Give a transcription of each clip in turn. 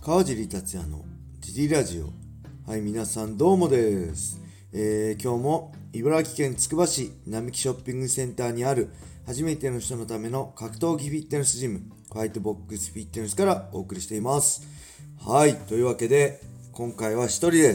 川尻達也のジリラジオ。はい、皆さんどうもです。今日も茨城県つくば市並木ショッピングセンターにある初めての人のための格闘技フィットネスジム、ファイトボックスフィットネスからお送りしています。はい、というわけで今回は一人です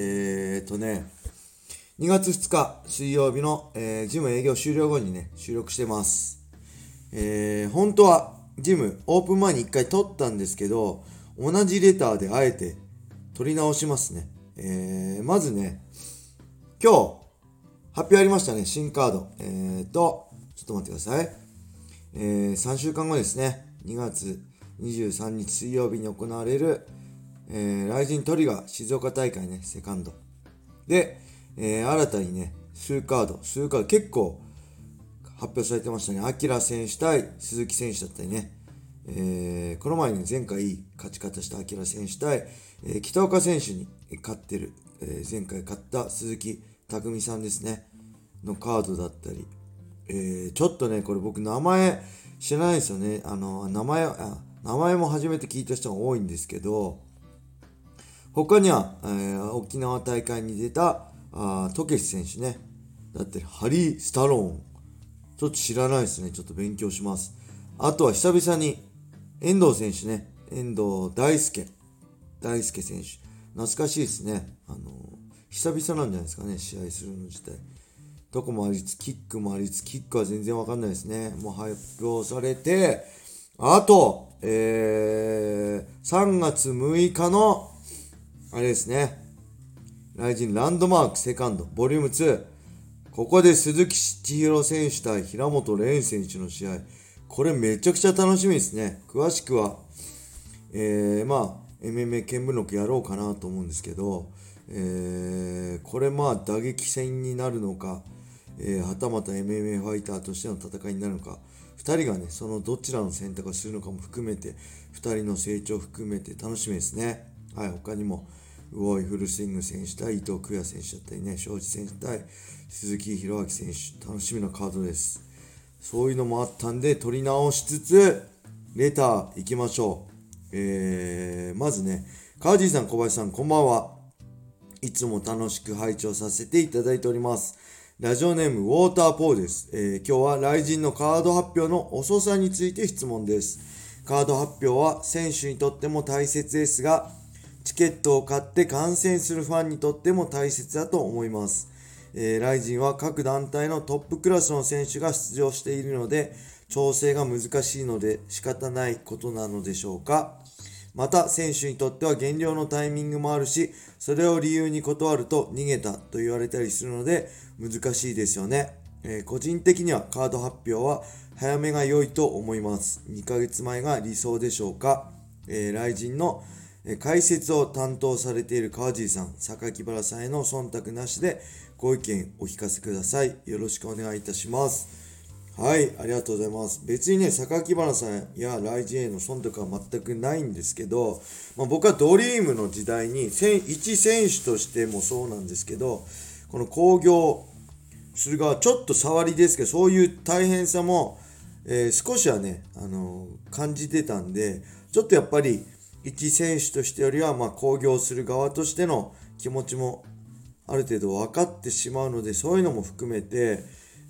。2月2日水曜日の、ジム営業終了後にね収録してます。本当はジムオープン前に1回撮ったんですけど、同じレターであえて撮り直しますね。まずね、今日発表ありましたね、新カード。ちょっと待ってください。3週間後ですね、2月23日水曜日に行われる、ライジントリガー静岡大会ね、セカンド。で、新たにね、数カード結構発表されてましたね。アキラ選手対鈴木選手だったりね。この前に前回いい勝ち方したアキラ選手対、北岡選手に勝ってる、前回勝った鈴木匠さんですねのカードだったり、ちょっとねこれ僕名前知らないですよね。名前も初めて聞いた人が多いんですけど、他には、沖縄大会に出たトケシ選手ねだったり、ハリー・スタローン、ちょっと知らないですね。ちょっと勉強します。あとは久々に遠藤選手ね、遠藤大輔選手、懐かしいですね。久々なんじゃないですかね、試合するの自体。どこもありつつ、キックもありつつ、キックは全然わかんないですね。もう発表されて、あと、3月6日の、あれですね、ライジンランドマークセカンド、ボリューム2。ここで鈴木千尋選手対平本蓮選手の試合。これめちゃくちゃ楽しみですね。詳しくは、MMA 見聞録やろうかなと思うんですけど、これ打撃戦になるのか、はたまた MMA ファイターとしての戦いになるのか、2人がね、そのどちらの選択をするのかも含めて、2人の成長を含めて楽しみですね。はい、他にも、ウォイフルスイング選手対伊藤久也選手だったりね、庄司選手対鈴木宏明選手、楽しみなカードです。そういうのもあったんで取り直しつつレター行きましょう。まずね、川尻さん、小林さん、こんばんは。いつも楽しく拝聴させていただいております。ラジオネームウォーターポーです。今日はライジンのカード発表の遅さについて質問です。カード発表は選手にとっても大切ですが、チケットを買って観戦するファンにとっても大切だと思います。ライジンは各団体のトップクラスの選手が出場しているので、調整が難しいので仕方ないことなのでしょうか。また選手にとっては減量のタイミングもあるし、それを理由に断ると逃げたと言われたりするので難しいですよね。個人的にはカード発表は早めが良いと思います。2ヶ月前が理想でしょうか。ライジンの解説を担当されている川尻さん、榊原さんへの忖度なしでご意見お聞かせください。よろしくお願いいたします。はい、ありがとうございます。別にね、榊原さんやライジンへの忖度は全くないんですけど、僕はドリームの時代に一選手としてもそうなんですけど、この興行する側、ちょっと触りですけど、そういう大変さも、少しはね、感じてたんで、ちょっとやっぱり一選手としてよりは、興行する側としての気持ちもある程度分かってしまうので、そういうのも含めて、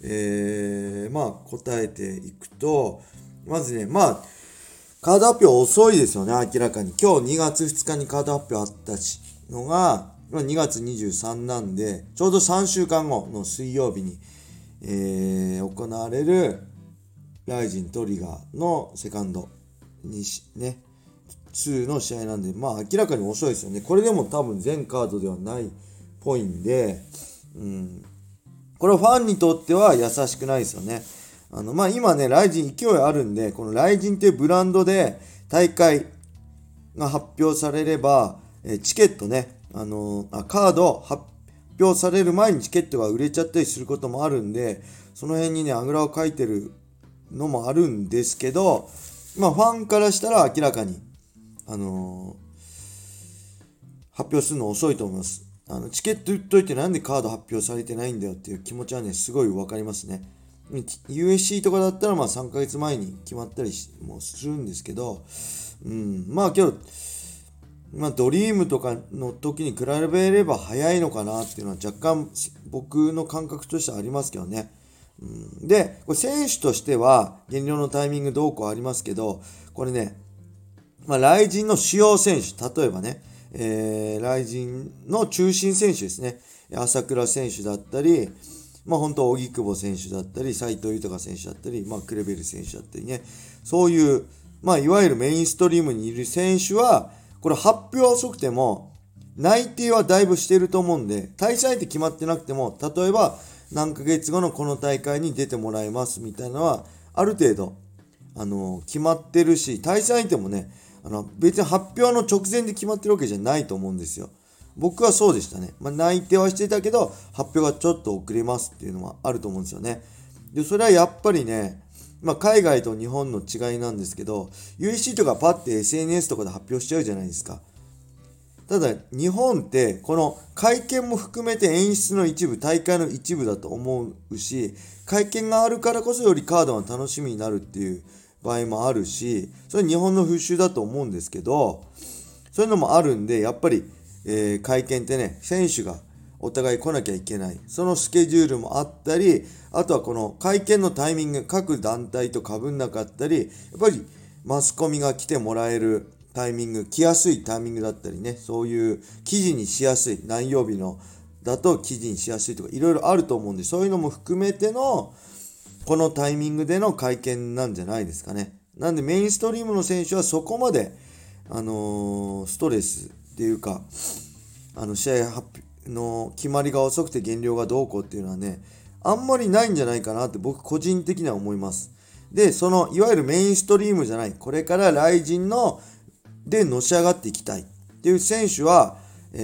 答えていくと、まずね、カード発表遅いですよね、明らかに。今日2月2日にカード発表あったのが、2月23なんで、ちょうど3週間後の水曜日に、行われるライジントリガーのセカンドにね、2の試合なんで、明らかに遅いですよね。これでも多分全カードではないっぽいんで、これはファンにとっては優しくないですよね。今ね、ライジン勢いあるんで、このライジンっていうブランドで大会が発表されれば、チケットね、カード発表される前にチケットが売れちゃったりすることもあるんで、その辺にね、あぐらをかいてるのもあるんですけど、ファンからしたら明らかに、発表するの遅いと思います。チケット売っといてなんでカード発表されてないんだよっていう気持ちはね、すごいわかりますね。USC とかだったら3ヶ月前に決まったりもするんですけど、けどドリームとかの時に比べれば早いのかなっていうのは若干僕の感覚としてはありますけどね。で、これ選手としては減量のタイミングどうこうありますけど、これね、ライジンの主要選手、例えばね、ライジンの中心選手ですね。朝倉選手だったり、本当、荻久保選手だったり、斉藤豊選手だったり、クレベル選手だったりね、そういう、いわゆるメインストリームにいる選手は、これ発表は遅くても、内定はだいぶしてると思うんで、対戦相手決まってなくても、例えば、何ヶ月後のこの大会に出てもらいますみたいなのは、ある程度、決まってるし、対戦相手もね、別に発表の直前で決まってるわけじゃないと思うんですよ。僕はそうでしたね。内定はしてたけど、発表がちょっと遅れますっていうのはあると思うんですよね。で、それはやっぱりね、海外と日本の違いなんですけど、USC とかパッて SNS とかで発表しちゃうじゃないですか。ただ、日本って、この会見も含めて演出の一部、大会の一部だと思うし、会見があるからこそよりカードが楽しみになるっていう場合もあるし、それ日本の風習だと思うんですけど、そういうのもあるんで、やっぱり、会見ってね、選手がお互い来なきゃいけない。そのスケジュールもあったり、あとはこの会見のタイミング、各団体と被んなかったり、やっぱりマスコミが来てもらえるタイミング、来やすいタイミングだったりね、そういう記事にしやすい、何曜日のだと記事にしやすいとか、いろいろあると思うんで、そういうのも含めての、このタイミングでの会見なんじゃないですかね。なんでメインストリームの選手はそこまで、ストレスっていうか、試合発表の決まりが遅くて減量がどうこうっていうのはね、あんまりないんじゃないかなって僕個人的には思います。で、そのいわゆるメインストリームじゃない、これからライジンのでのし上がっていきたいっていう選手は、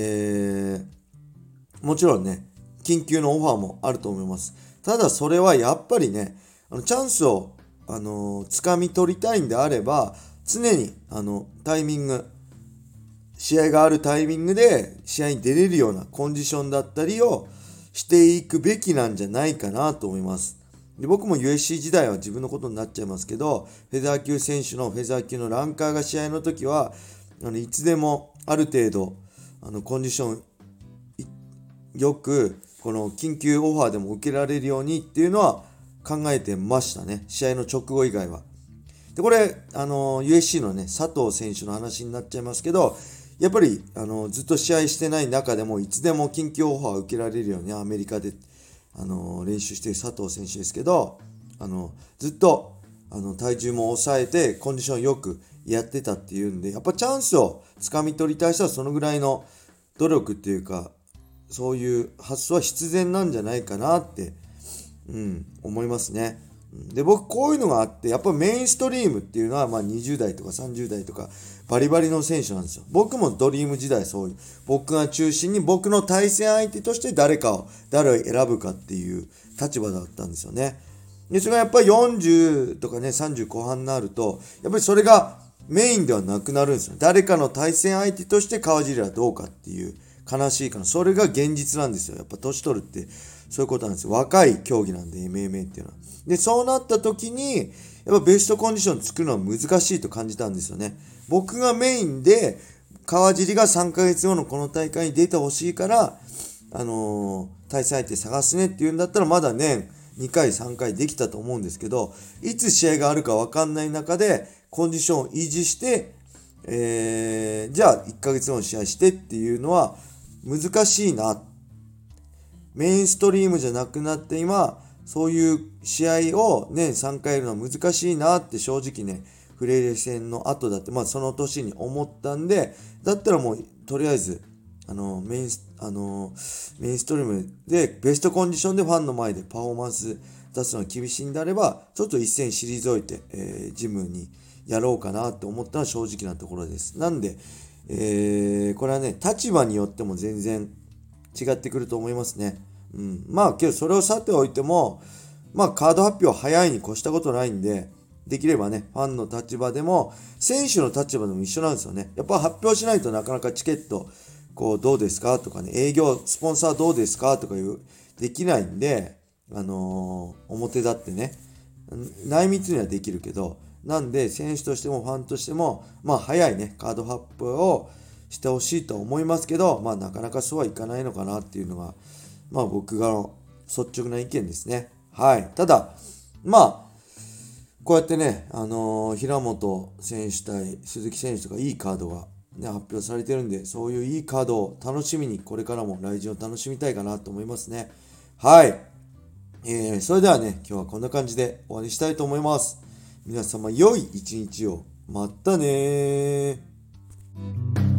もちろんね、緊急のオファーもあると思います。ただそれはやっぱりね、チャンスを、掴み取りたいんであれば、常に、タイミング、試合があるタイミングで試合に出れるようなコンディションだったりをしていくべきなんじゃないかなと思います。で、僕も USC 時代は自分のことになっちゃいますけど、フェザー級選手のフェザー級のランカーが試合の時は、いつでもある程度、コンディションよく、この緊急オファーでも受けられるようにっていうのは考えてましたね。試合の直後以外は。で、これ、USC のね、佐藤選手の話になっちゃいますけど、やっぱり、ずっと試合してない中でも、いつでも緊急オファーを受けられるように、アメリカで、練習している佐藤選手ですけど、ずっと、体重も抑えて、コンディションよくやってたっていうんで、やっぱチャンスをつかみ取りたい人はそのぐらいの努力っていうか、そういう発想は必然なんじゃないかなって、思いますね。で、僕こういうのがあって、やっぱメインストリームっていうのは、20代とか30代とか、バリバリの選手なんですよ。僕もドリーム時代そういう、僕が中心に僕の対戦相手として誰を選ぶかっていう立場だったんですよね。で、それがやっぱり40とかね、30後半になると、やっぱりそれがメインではなくなるんですよ。誰かの対戦相手として川尻はどうかっていう、悲しいかな。それが現実なんですよ。やっぱ年取るってそういうことなんですよ。若い競技なんで MMA っていうのは。で、そうなった時に、やっぱベストコンディション作るのは難しいと感じたんですよね。僕がメインで、川尻が3ヶ月後のこの大会に出てほしいから、対戦相手探すねっていうんだったらまだ年2回3回できたと思うんですけど、いつ試合があるか分かんない中でコンディションを維持して、じゃあ1ヶ月後の試合してっていうのは難しいな。メインストリームじゃなくなって今、そういう試合を年3回やるのは難しいなって正直ね、フレイレ戦の後だって、その年に思ったんで、だったらもうとりあえず、メインストリームでベストコンディションでファンの前でパフォーマンス出すのが厳しいんであれば、ちょっと一線退いて、ジムにやろうかなって思ったのは正直なところです。なんで、これはね、立場によっても全然違ってくると思いますね。けどそれをさておいても、カード発表早いに越したことないんで、できればね、ファンの立場でも、選手の立場でも一緒なんですよね。やっぱ発表しないとなかなかチケット、どうですかとかね、営業、スポンサーどうですかとかできないんで、表立ってね、内密にはできるけど、なんで選手としてもファンとしても、早いね、カード発表をしてほしいと思いますけど、なかなかそうはいかないのかなっていうのが、僕が率直な意見ですね。はい。ただ、こうやってね、平本選手対鈴木選手とかいいカードが、ね、発表されてるんで、そういういいカードを楽しみに、これからも来場を楽しみたいかなと思いますね。はい。それではね、今日はこんな感じで終わりにしたいと思います。皆様良い一日を。またねー。